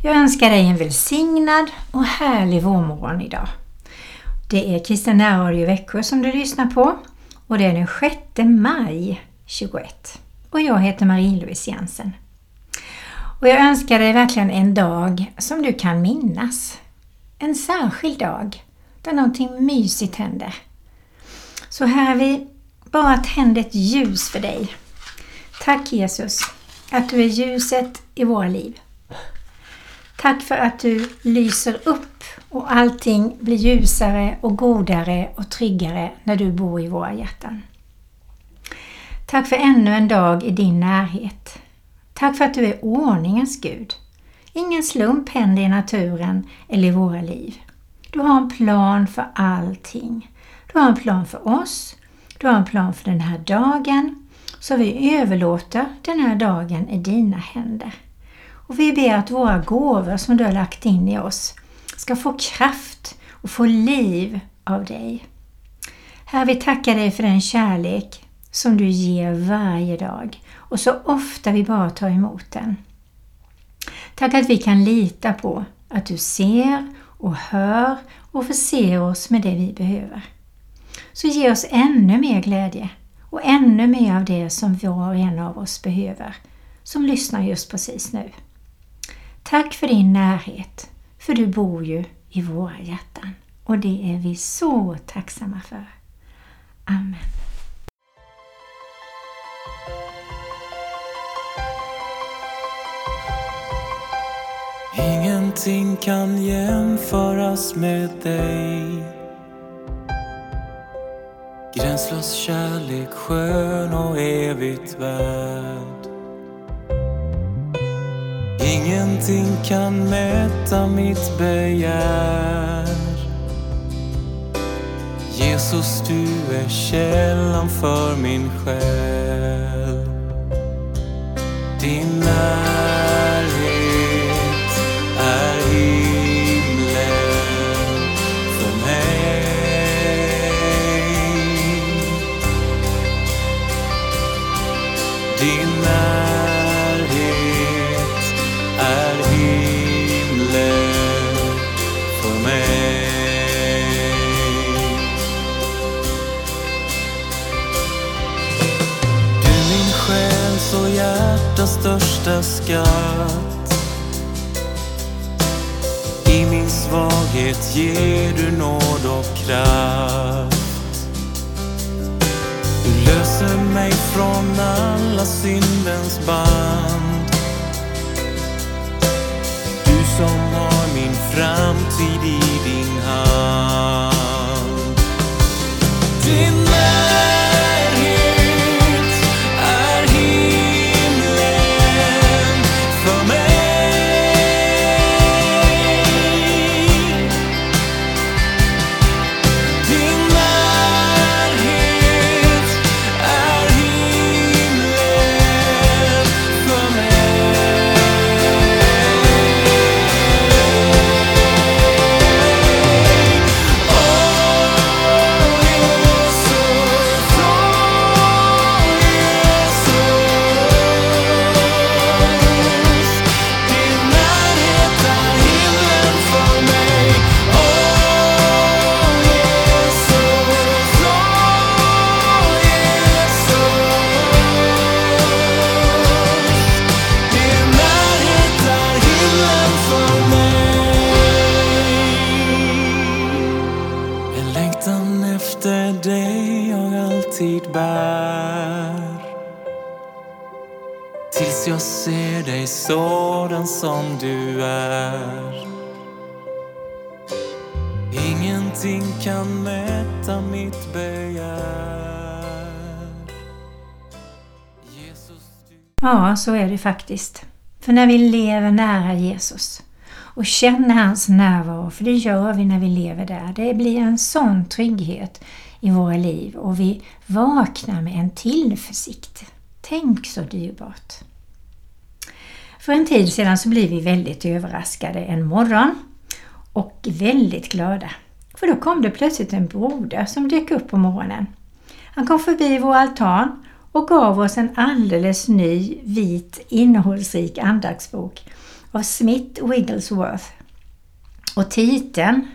Jag önskar dig en välsignad och härlig vårmorgon idag. Det är Kristen närradio i Växjö som du lyssnar på och det är den 6 maj 21. Och jag heter Marie-Louise Jensen. Och jag önskar dig verkligen en dag som du kan minnas. En särskild dag där någonting mysigt händer. Så här vi bara tänder ett ljus för dig. Tack Jesus att du är ljuset i våra liv. Tack för att du lyser upp och allting blir ljusare och godare och tryggare när du bor i våra hjärtan. Tack för ännu en dag i din närhet. Tack för att du är ordningens Gud. Ingen slump händer i naturen eller i våra liv. Du har en plan för allting. Du har en plan för oss. Du har en plan för den här dagen. Så vi överlåter den här dagen i dina händer. Och vi ber att våra gåvor som du har lagt in i oss ska få kraft och få liv av dig. Herre, vi tackar dig för den kärlek som du ger varje dag och så ofta vi bara tar emot den. Tack att vi kan lita på att du ser och hör och förser oss med det vi behöver. Så ge oss ännu mer glädje och ännu mer av det som var och en av oss behöver som lyssnar just precis nu. Tack för din närhet, för du bor ju i våra hjärtan och det är vi så tacksamma för. Amen. Ingenting kan jämföras med dig. Gränslös kärlek, skön och evigt värd. Ingenting kan mäta mitt begär. Jesus, du är källan för min själ. Din närhet är himlen för mig. Din närhet är himlen för mig. Du min själs och hjärtas största skatt. I min svaghet ger du nåd och kraft. Du löser mig från alla syndens band. Du som har min framtid i din hand. Din närhet är himlen för mig. Din närhet är himlen för mig. En längtan efter dig jag alltid bär. Tills jag ser dig sådan som du är. Ingenting kan mäta mitt begär. Jesus, du... Ja, så är det faktiskt. För när vi lever nära Jesus och känner hans närvaro, för det gör vi när vi lever där, det blir en sån trygghet i våra liv och vi vaknar med en tillförsikt. Tänk så dyrbart. För en tid sedan så blev vi väldigt överraskade en morgon och väldigt glada. För då kom det plötsligt en broder som dök upp på morgonen. Han kom förbi vår altan och gav oss en alldeles ny, vit, innehållsrik andaktsbok. av Smith Wigglesworth. Och titeln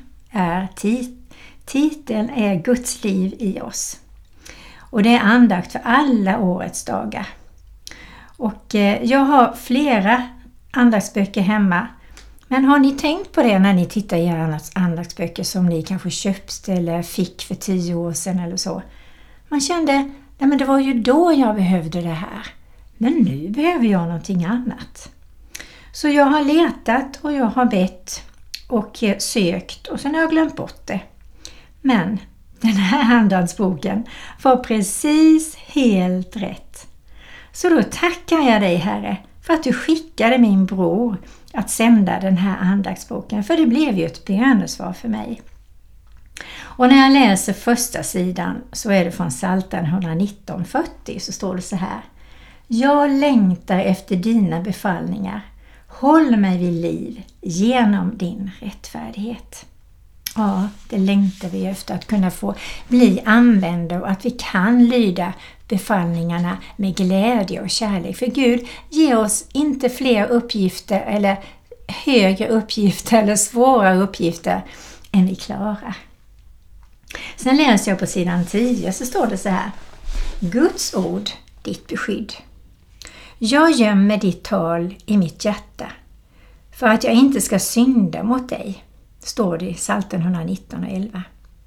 är Guds liv i oss. Och det är andakt för alla årets dagar. Och jag har flera andaktsböcker hemma. Men har ni tänkt på det när ni tittar i era andaktsböcker som ni kanske köpte eller fick för 10 år sedan eller så? Man kände, nej men det var ju då jag behövde det här. Men nu behöver jag någonting annat. Så jag har letat och jag har bett och sökt och sen har jag glömt bort det. Men den här andaktsboken var precis helt rätt. Så då tackar jag dig, Herre, för att du skickade min bror att sända den här andaktsboken. För det blev ju ett bönesvar för mig. Och när jag läser första sidan så är det från Psaltaren 119:40 så står det så här. Jag längtar efter dina befallningar. Håll mig vid liv genom din rättfärdighet. Ja, det längtar vi efter att kunna få bli använda och att vi kan lyda befallningarna med glädje och kärlek. För Gud ger oss inte fler uppgifter eller högre uppgifter eller svåra uppgifter än vi klarar. Sen läser jag på sidan 10 så står det så här. Guds ord, ditt beskydd. Jag gömmer ditt tal i mitt hjärta för att jag inte ska synda mot dig, står det i Psaltaren 119:11.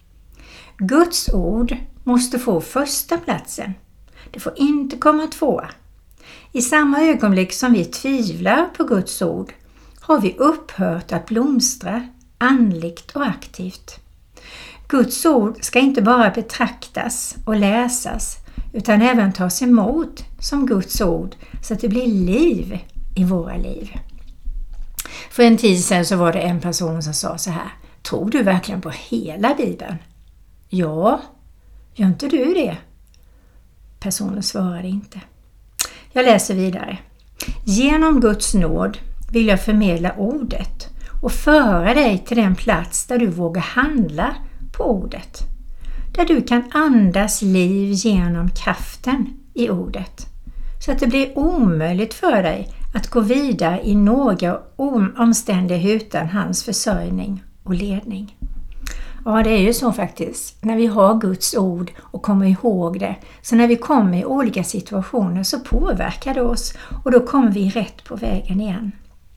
Guds ord måste få första platsen. Det får inte komma tvåa. I samma ögonblick som vi tvivlar på Guds ord har vi upphört att blomstra andligt och aktivt. Guds ord ska inte bara betraktas och läsas utan även tas emot som Guds ord så att det blir liv i våra liv. För en tid sedan så var det en person som sa så här. Tror du verkligen på hela Bibeln? Ja, gör inte du det? Personen svarade inte. Jag läser vidare. Genom Guds nåd vill jag förmedla ordet och föra dig till den plats där du vågar handla på ordet. Där du kan andas liv genom kraften i ordet. Så att det blir omöjligt för dig att gå vidare i några omständigheter utan hans försörjning och ledning. Ja, det är ju så faktiskt. När vi har Guds ord och kommer ihåg det. Så när vi kommer i olika situationer så påverkar det oss. Och då kommer vi rätt på vägen igen.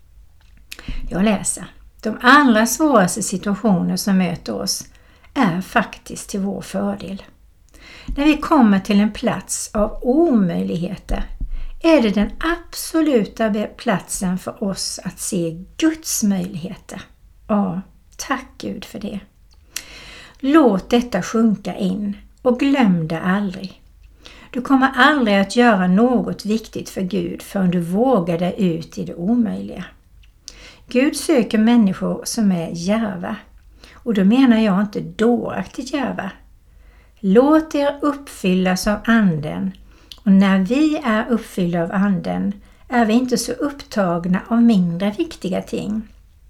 Jag läser. De allra svåraste situationer som möter oss är faktiskt till vår fördel. När vi kommer till en plats av omöjligheter är det den absoluta platsen för oss att se Guds möjligheter. Ja, tack Gud för det. Låt detta sjunka in och glöm det aldrig. Du kommer aldrig att göra något viktigt för Gud förrän du vågar dig ut i det omöjliga. Gud söker människor som är djärva. Och då menar jag inte dåraktigt djärva. Låt er uppfyllas av anden. Och när vi är uppfyllda av anden är vi inte så upptagna av mindre viktiga ting.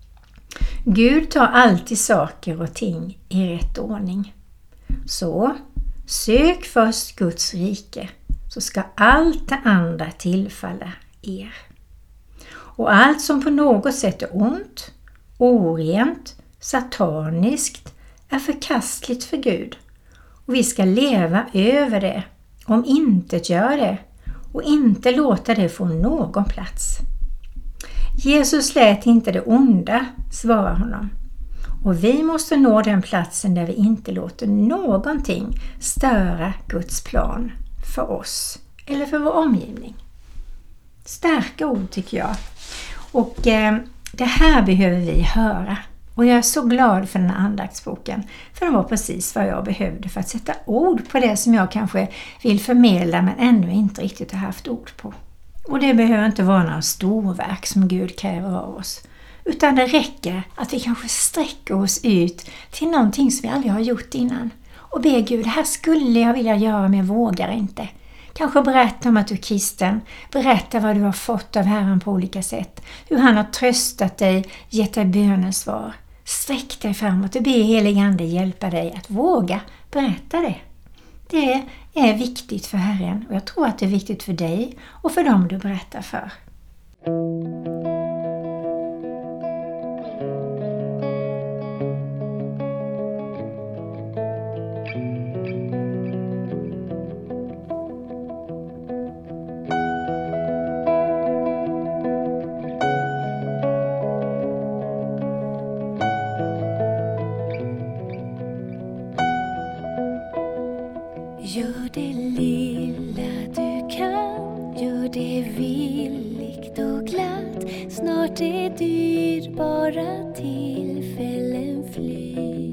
Gud tar alltid saker och ting i rätt ordning. Så sök först Guds rike så ska allt det andra tillfalla er. Och allt som på något sätt är ont, orent, sataniskt är förkastligt för Gud. Och vi ska leva över det, om intet gör det och inte låta det få någon plats. Jesus lät inte det onda, svarar honom. Och vi måste nå den platsen där vi inte låter någonting störa Guds plan för oss eller för vår omgivning. Starka ord tycker jag. Och det här behöver vi höra. Och jag är så glad för den här andaktsboken. För den var precis vad jag behövde för att sätta ord på det som jag kanske vill förmedla men ännu inte riktigt har haft ord på. Och det behöver inte vara några storverk som Gud kräver av oss. Utan det räcker att vi kanske sträcker oss ut till någonting som vi aldrig har gjort innan. Och ber Gud, det här skulle jag vilja göra men jag vågar inte. Kanske berätta om att du är kristen. Berätta vad du har fått av Herren på olika sätt. Hur han har tröstat dig, gett dig bönesvar. Sträck dig framåt och be helig ande hjälpa dig att våga berätta det. Det är viktigt för Herren och jag tror att det är viktigt för dig och för dem du berättar för. det är villigt och glatt, snart är dyrbara tillfällen fly.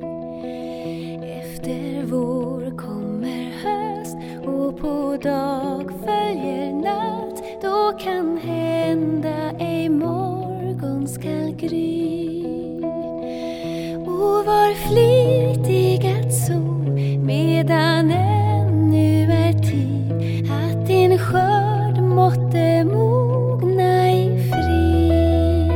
Efter vår kommer höst och på dag följer natt, då kan hända ej morgon skall gry. Och var flitig att så medan ännu är tid, att din skörd måtte mogna i frid.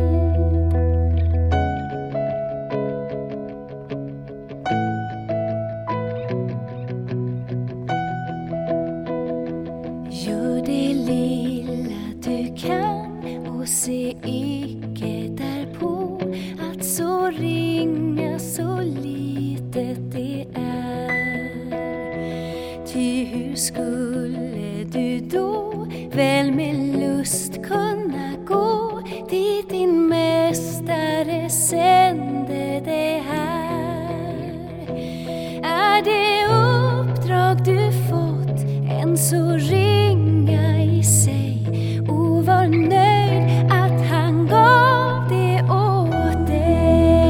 Gör det lilla du kan och se icke därpå att så ringa så litet det är. Ty hur skulle du då väl med lust kunna gå dit din mästare sände dig här? Är det uppdrag du fått än så ringa i sig, och var nöjd att han gav det åt dig.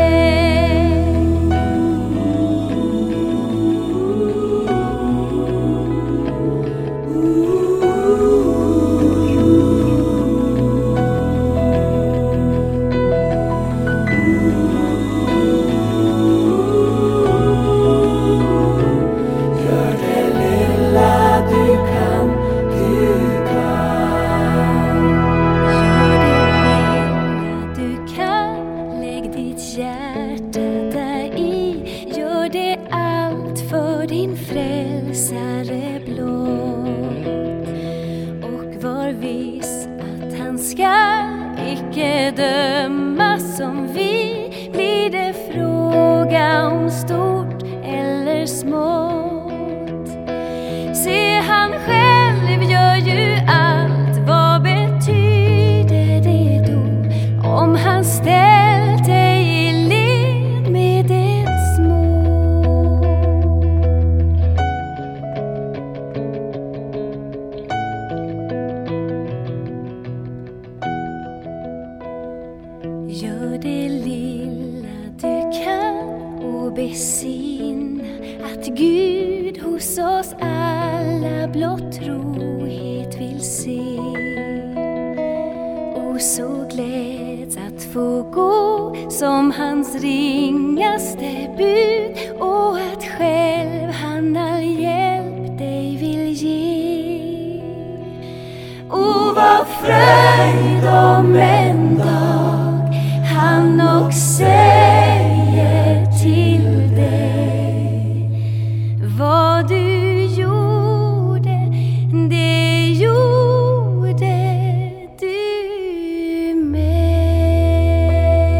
Gör det lilla du kan, du kan. Gör det lilla du kan, lägg ditt hjärta där i. Gör det allt för din frälsare blott. Och var viss att han ska icke döma som vi. Blir det fråga om stort eller smått, se han själv gör ju allt. Vad betyder det då om han ställt dig i led med det små? Gör det lilla du kan och besinna att Gud hos oss alla blott trohet vill se. Och så gläds att få gå som hans ringaste bud, och att själv han all hjälp dig vill ge. Och var fröjd om en dag han och säger till dig, vad du gjorde, det gjorde du med.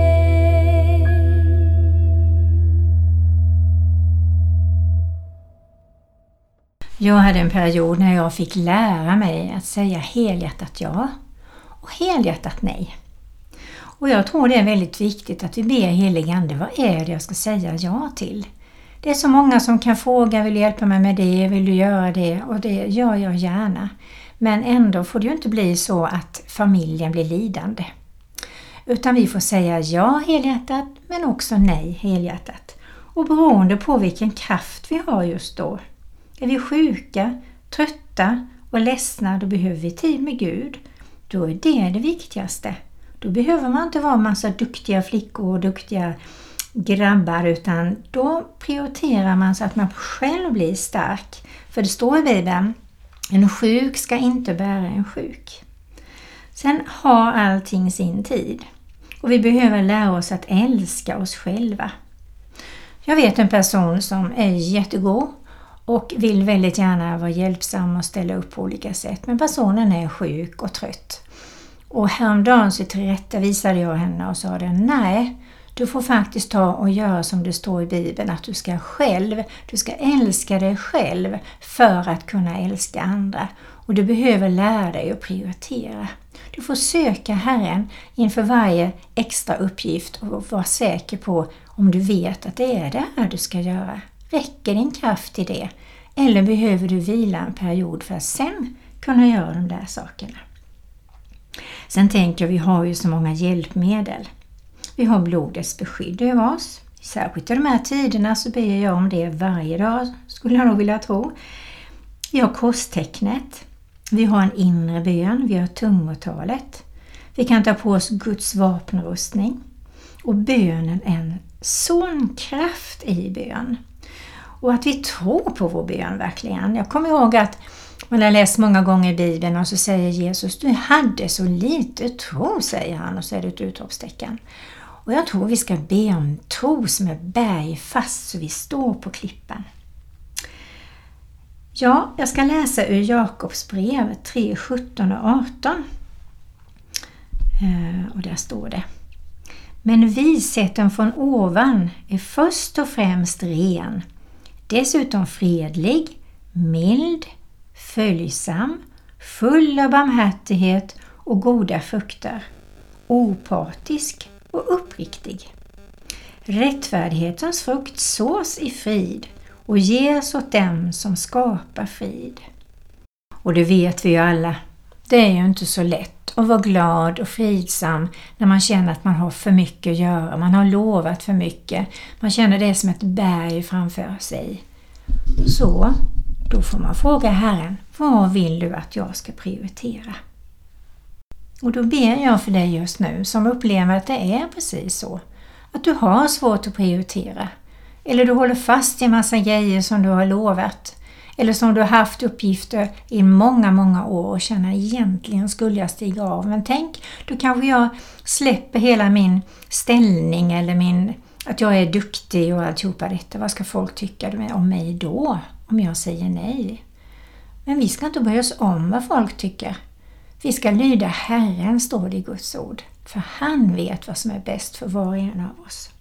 Jag hade en period när jag fick lära mig att säga helhjärtat ja och helhjärtat nej. Och jag tror det är väldigt viktigt att vi ber helige Ande, vad är det jag ska säga ja till? Det är så många som kan fråga, vill du hjälpa mig med det, vill du göra det? Och det gör jag gärna. Men ändå får det ju inte bli så att familjen blir lidande. Utan vi får säga ja helhjärtat, men också nej helhjärtat. Och beroende på vilken kraft vi har just då. Är vi sjuka, trötta och ledsna, då behöver vi tid med Gud. Då är det viktigaste. Då behöver man inte vara en massa duktiga flickor och duktiga grabbar, utan då prioriterar man så att man själv blir stark. För det står i Bibeln, en sjuk ska inte bära en sjuk. Sen har allting sin tid. Och vi behöver lära oss att älska oss själva. Jag vet en person som är jättegod och vill väldigt gärna vara hjälpsam och ställa upp på olika sätt. Men personen är sjuk och trött. Och häromdagen så tillrättavisade jag henne och sa det, nej, du får faktiskt ta och göra som det står i Bibeln, att du ska älska dig själv för att kunna älska andra. Och du behöver lära dig att prioritera. Du får söka Herren inför varje extra uppgift och vara säker på om du vet att det är det här du ska göra. Räcker din kraft i det? Eller behöver du vila en period för att sen kunna göra de där sakerna. Sen tänker jag, vi har ju så många hjälpmedel. Vi har blodets beskydd över oss. Särskilt i de här tiderna så ber jag om det varje dag, skulle jag nog vilja tro. Vi har korstecknet. Vi har en inre bön. Vi har tungotalet. Vi kan ta på oss Guds vapenrustning. Och bönen är en sån kraft i bön. Och att vi tror på vår bön verkligen. Jag kommer ihåg att man har läst många gånger i Bibeln och så säger Jesus, du hade så lite tro, säger han, och så är det ett utropstecken. Och jag tror vi ska be om tro som är bergfast så vi står på klippan. Ja, jag ska läsa ur Jakobs brev 3, 17 och 18. Och där står det. Men visheten från ovan är först och främst ren, dessutom fredlig, mild, följsam, full av barmhärtighet och goda frukter, opartisk och uppriktig. Rättfärdighetens frukt sås i frid och ges åt dem som skapar frid. Och det vet vi ju alla, det är ju inte så lätt att vara glad och fridsam när man känner att man har för mycket att göra, man har lovat för mycket, man känner det som ett berg framför sig. Så då får man fråga Herren, vad vill du att jag ska prioritera? Och då ber jag för dig just nu som upplever att det är precis så. Att du har svårt att prioritera. Eller du håller fast i en massa grejer som du har lovat. Eller som du har haft uppgifter i många, många år och känner egentligen skulle jag stiga av. Men tänk, då kanske jag släpper hela min ställning eller att jag är duktig och alltihopa detta. Vad ska folk tycka om mig då? Om jag säger nej. Men vi ska inte börja oss om vad folk tycker. Vi ska lyda Herren, står det i Guds ord. För han vet vad som är bäst för var och en av oss.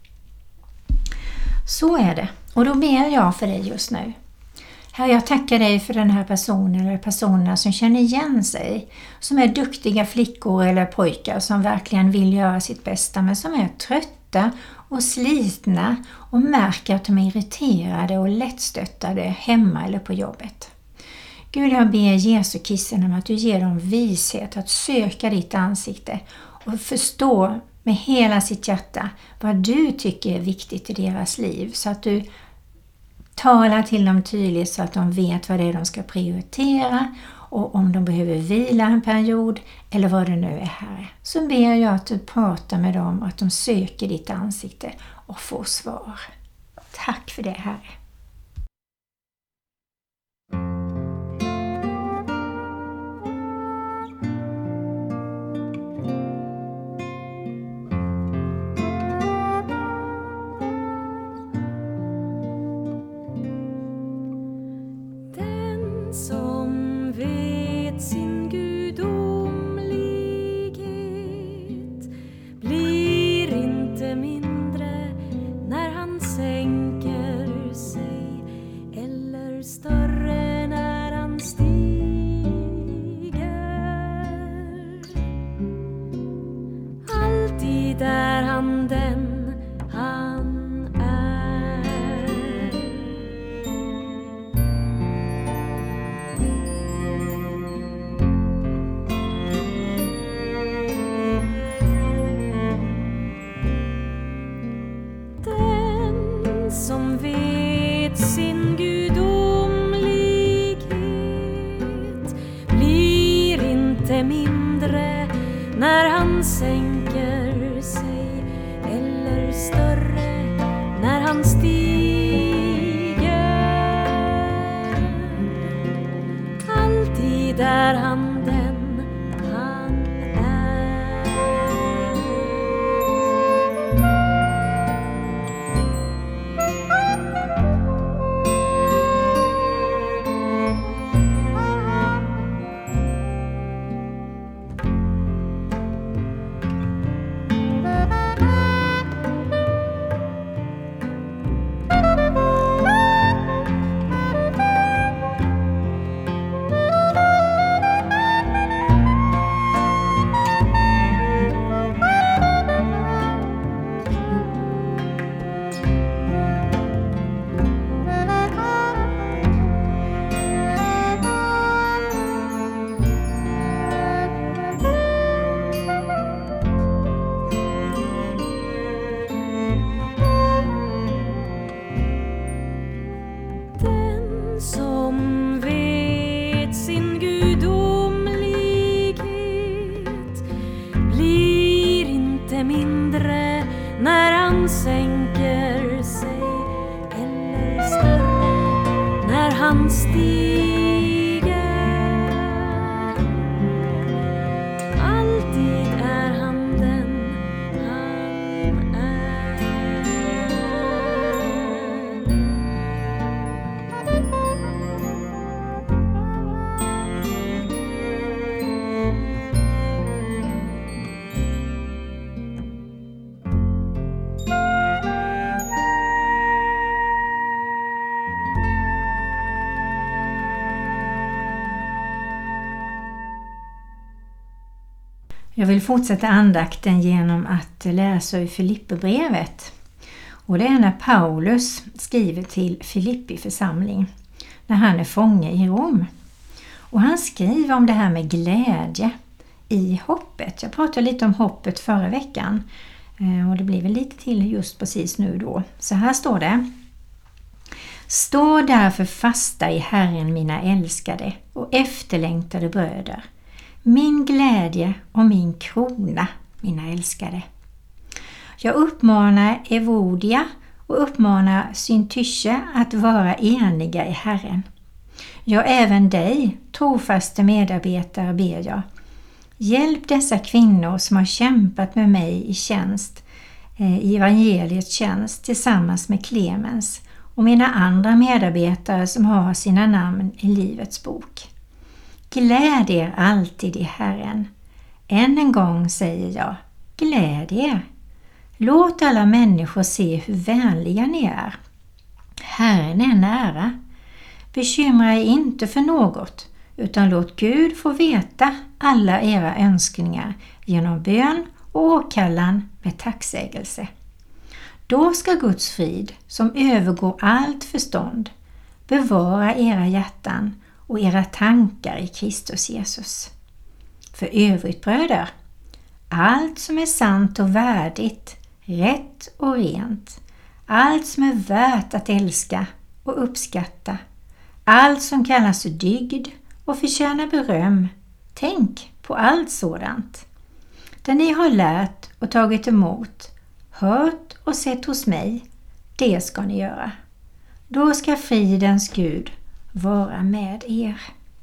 Så är det. Och då ber jag för dig just nu. Herre, jag tackar dig för den här personen eller personerna som känner igen sig. Som är duktiga flickor eller pojkar som verkligen vill göra sitt bästa. Men som är trötta och slitna och märker att de är irriterade och lättstöttade hemma eller på jobbet. Gud, jag ber Jesu Kristus om att du ger dem vishet att söka ditt ansikte och förstå med hela sitt hjärta vad du tycker är viktigt i deras liv. Så att du talar till dem tydligt så att de vet vad det är de ska prioritera och om de behöver vila en period eller vad det nu är här. Så ber jag att du pratar med dem och att de söker ditt ansikte och får svar. Tack för det, Herre. Som vet sin gudomlighet blir inte mindre när han sänker sig, eller större när han stiger. Alltid är han den han är. Som vet sin gudomlighet blir inte mindre när han sänker sig, eller större när han stiger. Alltid är han den han är. Jag vill fortsätta andakten genom att läsa ur Filipperbrevet. Och det är när Paulus skriver till Filippi församling när han är fånge i Rom. Och han skriver om det här med glädje i hoppet. Jag pratade lite om hoppet förra veckan och det blir väl lite till just precis nu då. Så här står det: Stå därför fasta i Herren, mina älskade och efterlängtade bröder. Min glädje och min krona, mina älskade. Jag uppmanar Evodia och uppmanar Syntyche att vara eniga i Herren. Ja, även dig, trofaste medarbetare, ber jag. Hjälp dessa kvinnor som har kämpat med mig i tjänst, i evangeliets tjänst tillsammans med Clemens och mina andra medarbetare som har sina namn i Livets bok. Gläd er alltid i Herren. Än en gång säger jag, gläd er. Låt alla människor se hur vänliga ni är. Herren är nära. Bekymra er inte för något, utan låt Gud få veta alla era önskningar genom bön och åkallan med tacksägelse. Då ska Guds frid, som övergår allt förstånd, bevara era hjärtan och era tankar i Kristus Jesus. För övrigt, bröder, allt som är sant och värdigt, rätt och rent, allt som är värt att älska och uppskatta, allt som kallas för dygd och förtjänar beröm, tänk på allt sådant. Det ni har lärt och tagit emot, hört och sett hos mig, det ska ni göra. Då ska fridens Gud vara med er.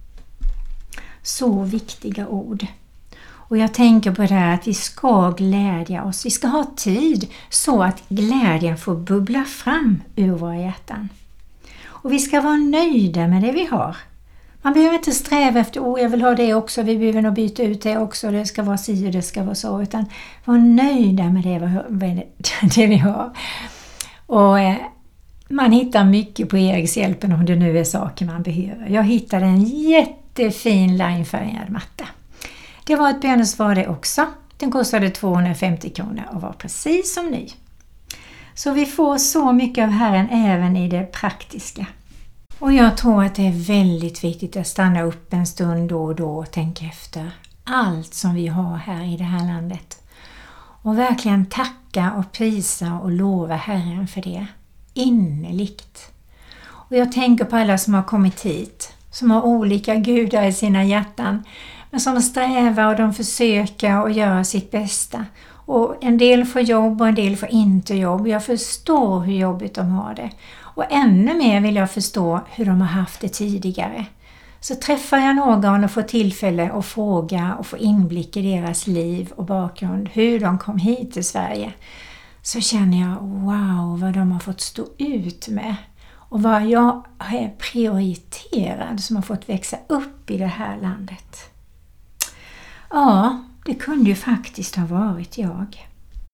Så viktiga ord. Och jag tänker på det här att vi ska glädja oss. Vi ska ha tid så att glädjen får bubbla fram ur våra hjärtan. Och vi ska vara nöjda med det vi har. Man behöver inte sträva efter, jag vill ha det också, vi behöver nog byta ut det också, det ska vara si och det ska vara så. Utan vara nöjda med det vi har. Och man hittar mycket på Erikshjälpen om det nu är saker man behöver. Jag hittade en jättefin linefärgad matta. Det var ett bönesvar det också. Den kostade 250 kronor och var precis som ny. Så vi får så mycket av Herren även i det praktiska. Och jag tror att det är väldigt viktigt att stanna upp en stund då och då och tänka efter allt som vi har här i det här landet. Och verkligen tacka och prisa och lova Herren för det. Innerligt. Och jag tänker på alla som har kommit hit. Som har olika gudar i sina hjärtan. Men som strävar och de försöker och göra sitt bästa. Och en del får jobb och en del får inte jobb. Jag förstår hur jobbigt de har det. Och ännu mer vill jag förstå hur de har haft det tidigare. Så träffar jag någon och får tillfälle att fråga och få inblick i deras liv och bakgrund. Hur de kom hit till Sverige. Så känner jag, wow, vad de har fått stå ut med. Och vad jag är prioriterad som har fått växa upp i det här landet. Ja, det kunde ju faktiskt ha varit jag.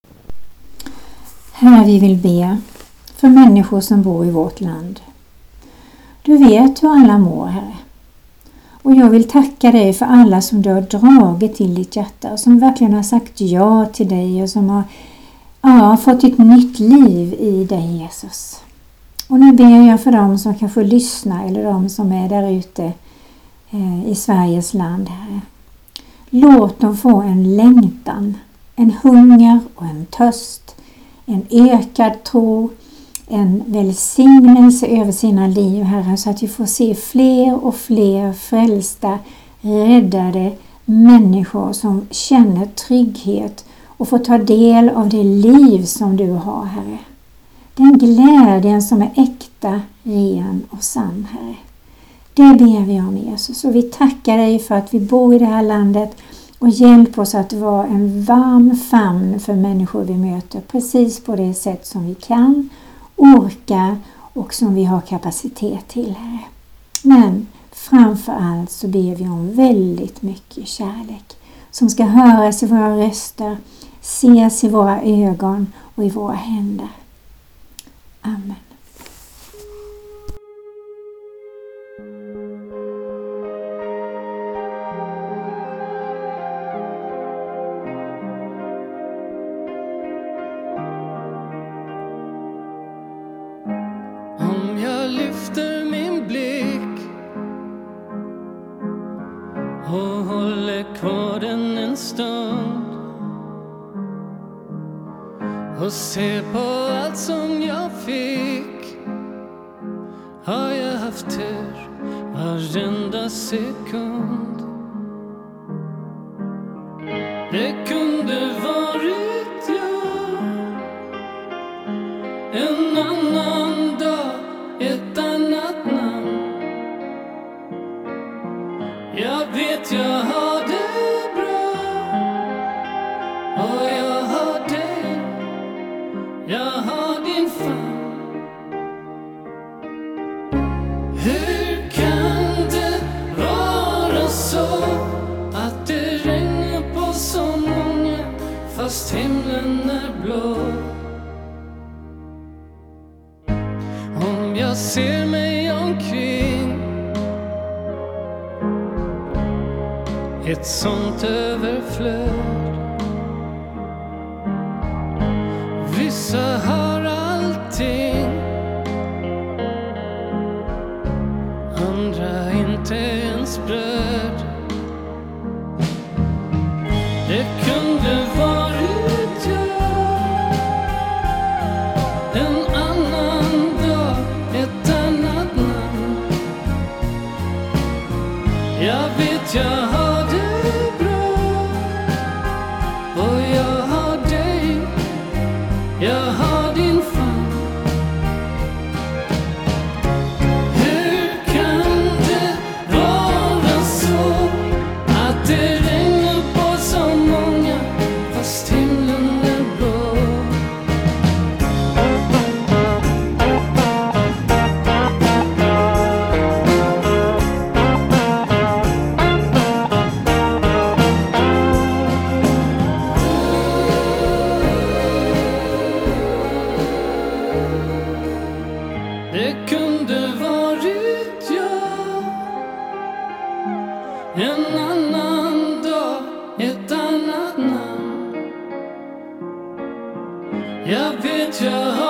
Herre, vi vill be för människor som bor i vårt land. Du vet hur alla mår, Herre. Och jag vill tacka dig för alla som du har dragit till ditt hjärta. Som verkligen har sagt ja till dig och som har fått ett nytt liv i dig, Jesus. Och nu ber jag för dem som kan få lyssna eller de som är där ute i Sveriges land, Herre. Låt dem få en längtan, en hunger och en törst, en ökad tro, en välsignelse över sina liv, Herre, så att vi får se fler och fler frälsta, räddade människor som känner trygghet och får ta del av det liv som du har, Herre. Den glädjen som är äkta, ren och sann, Herre. Det ber vi om, Jesus, och vi tackar dig för att vi bor i det här landet och hjälp oss att vara en varm famn för människor vi möter precis på det sätt som vi kan, orkar och som vi har kapacitet till, Herre. Men framför allt så ber vi om väldigt mycket kärlek som ska höras i våra röster, ses i våra ögon och i våra händer. Amen. och håller kvar den en stund och ser på allt som jag fick. Har jag haft tur varenda sekund. Det kunde varit jag en annan dag, ett annat namn. Jag vet jag har det bra och jag har dig, jag har din famn. Hur kan det vara så att det regnar på så många fast himlen är blå? Om jag ser mig omkring, ett sånt överflöd. Vissa har allting, andra inte ens bröd. Det kunde varit jag en annan dag, ett annat namn. Jag vet jag har det bra och jag har dig, jag har din famn. Hur kan det vara så att det regnar på så många fast himlen är blå? Det kunde varit jag en annan dag, ett annat namn. Jag vet jag